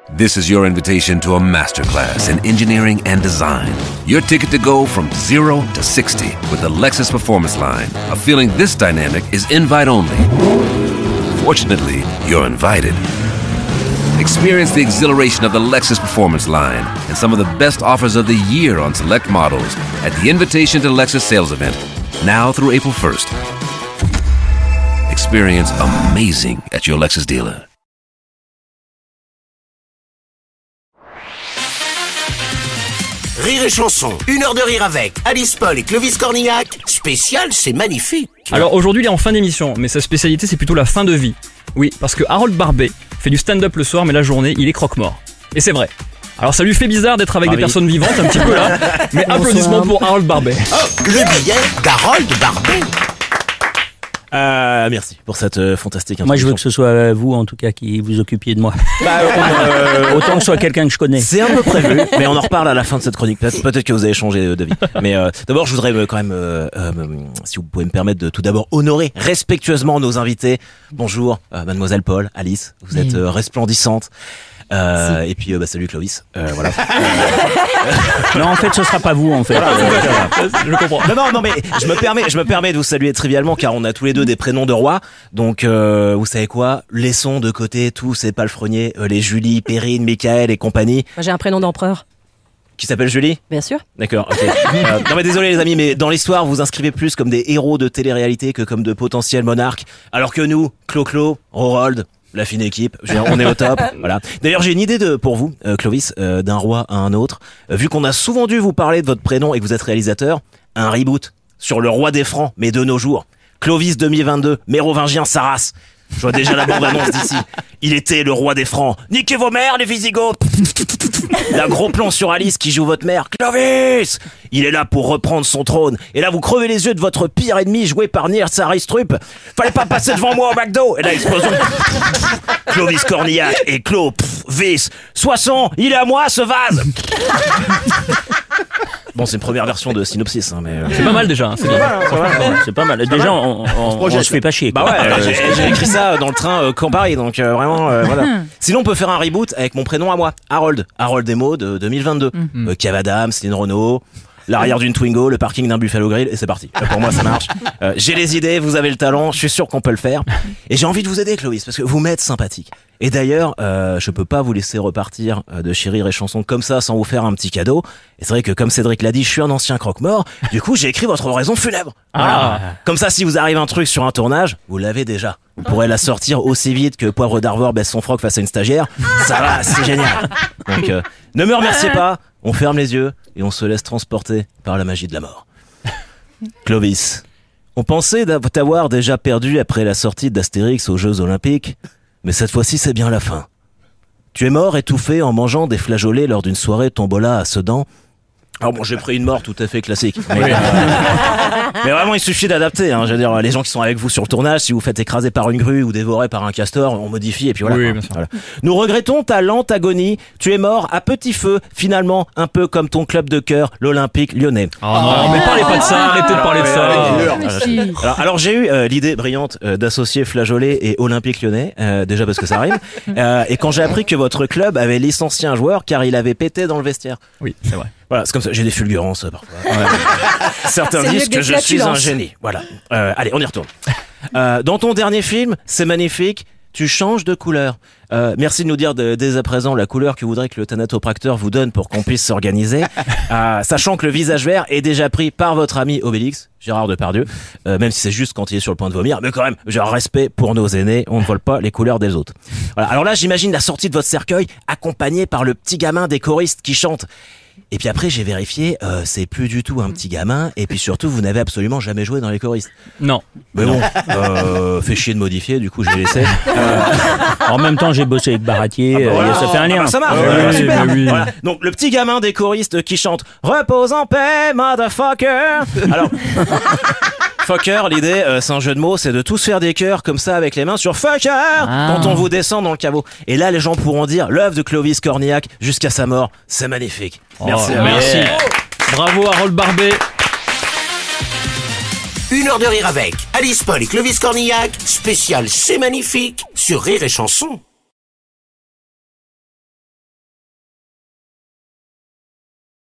This is your invitation to a masterclass in engineering and design. Your ticket to go from 0 to 60 with the Lexus Performance Line. A feeling this dynamic is invite only. Fortunately, you're invited. Experience the exhilaration of the Lexus Performance Line and some of the best offers of the year on select models at the Invitation to Lexus sales event, now through April 1st. Experience amazing at your Lexus dealer. Rire et chanson, 1 heure de rire avec Alice Paul et Clovis Cornillac. Spécial, c'est magnifique. Alors aujourd'hui il est en fin d'émission, mais sa spécialité c'est plutôt la fin de vie. Oui, parce que Harold Barbet fait du stand-up le soir, mais la journée il est croque-mort. Et c'est vrai. Alors ça lui fait bizarre d'être avec des personnes vivantes un petit peu là, mais applaudissements pour Harold Barbet. Oh, le billet d'Harold Barbet. Merci pour cette fantastique introduction. Moi, je veux que ce soit vous, en tout cas, qui vous occupiez de moi. Autant que ce soit quelqu'un que je connais. C'est un peu prévu, mais on en reparle à la fin de cette chronique. Peut-être que vous avez changé d'avis. Mais d'abord, je voudrais quand même, si vous pouvez me permettre de tout d'abord honorer respectueusement nos invités. Bonjour, mademoiselle Paul, Alice, vous êtes resplendissante. Et puis salut Clovis. Voilà. Non, en fait, ce sera pas vous, en fait. Je comprends. Non, mais je me permets de vous saluer trivialement car on a tous les deux des prénoms de rois. Donc, vous savez quoi? Laissons de côté tous ces palefreniers, les Julie, Perrine, Michael et compagnie. J'ai un prénom d'empereur. Qui s'appelle Julie? Bien sûr. D'accord, ok. Non mais désolé les amis, mais dans l'histoire, vous vous inscrivez plus comme des héros de télé-réalité que comme de potentiels monarques. Alors que nous, Clo-Clo, Rorold, la fine équipe, on est au top. Voilà. D'ailleurs, j'ai une idée pour vous, Clovis, d'un roi à un autre. Vu qu'on a souvent dû vous parler de votre prénom et que vous êtes réalisateur, un reboot sur le roi des Francs, mais de nos jours. Clovis 2022, mérovingien sa race. Je vois déjà la bande-annonce d'ici. Il était le roi des Francs. Niquez vos mères, les Visigoths. Là, gros plan sur Alice qui joue votre mère. Clovis! Il est là pour reprendre son trône. Et là, vous crevez les yeux de votre pire ennemi joué par Nils Aristrup. Fallait pas passer devant moi au McDo. Et là, explosion. Clovis Cornillac et Clovis. Soissons, il est à moi ce vase. Bon, c'est une première version de synopsis, hein, mais C'est pas mal déjà, hein, c'est bien. C'est pas mal. Déjà, on se fait pas chier. Bah ouais, j'ai écrit ça dans le train quand Paris, donc vraiment, voilà. Sinon, on peut faire un reboot avec mon prénom à moi, Harold et Maud de 2022. Kev Adams, Céline Renaud, l'arrière d'une Twingo, le parking d'un Buffalo Grill, et c'est parti. Pour moi, ça marche. J'ai les idées, vous avez le talent, je suis sûr qu'on peut le faire. Et j'ai envie de vous aider, Clovis, parce que vous m'êtes sympathique. Et d'ailleurs, je peux pas vous laisser repartir de chez Rire et Chanson comme ça sans vous faire un petit cadeau. Et c'est vrai que comme Cédric l'a dit, je suis un ancien croque-mort. Du coup, j'ai écrit votre oraison funèbre. Voilà. Comme ça, si vous arrive un truc sur un tournage, vous l'avez déjà. Vous pourrez la sortir aussi vite que Poivre d'Arvor baisse son froc face à une stagiaire. Ça va, c'est génial. Donc, ne me remerciez pas. On ferme les yeux et on se laisse transporter par la magie de la mort. Clovis, on pensait t'avoir déjà perdu après la sortie d'Astérix aux Jeux Olympiques. Mais cette fois-ci, c'est bien la fin. Tu es mort étouffé en mangeant des flageolets lors d'une soirée tombola à Sedan. Alors bon, j'ai pris une mort tout à fait classique. Mais vraiment, il suffit d'adapter. Hein. Je veux dire, les gens qui sont avec vous sur le tournage, si vous faites écraser par une grue ou dévorer par un castor, on modifie et puis voilà. Oui, bien sûr. Voilà. Nous regrettons ta lente agonie. Tu es mort à petit feu, finalement, un peu comme ton club de cœur, l'Olympique Lyonnais. Oh non, mais parlez pas de ça, arrêtez de parler de ça. Alors j'ai eu l'idée brillante d'associer flageolet et Olympique Lyonnais, déjà parce que ça rime. Et quand j'ai appris que votre club avait licencié un joueur car il avait pété dans le vestiaire. Oui, c'est vrai. Voilà, c'est comme ça, j'ai des fulgurances parfois. Ouais. Certains disent que je suis un génie. Voilà. Allez, on y retourne. Dans ton dernier film, c'est magnifique, tu changes de couleur. Merci de nous dire dès à présent la couleur que vous voudrez que le thanatopracteur vous donne pour qu'on puisse s'organiser. Sachant que le visage vert est déjà pris par votre ami Obélix, Gérard Depardieu, même si c'est juste quand il est sur le point de vomir, mais quand même, genre respect pour nos aînés, on ne vole pas les couleurs des autres. Voilà. Alors là, j'imagine la sortie de votre cercueil accompagné par le petit gamin des choristes qui chante. Et puis après, j'ai vérifié, c'est plus du tout un petit gamin, et puis surtout, vous n'avez absolument jamais joué dans les choristes. Non. Mais bon, fait chier de modifier, du coup, je l'ai laissé. En même temps, j'ai bossé avec Baratier, ça fait un lien. Ça marche, super. Oui. Voilà. Donc, le petit gamin des choristes qui chante « Repose en paix, motherfucker ». Alors... Fucker, l'idée, c'est un jeu de mots, c'est de tous faire des cœurs comme ça avec les mains sur fucker quand on vous descend dans le caveau. Et là, les gens pourront dire l'œuvre de Clovis Cornillac jusqu'à sa mort, c'est magnifique. Merci. Merci. Bravo Harold Barbet. 1 heure de rire avec Alice Paul et Clovis Cornillac, spécial C'est magnifique sur Rire et Chanson.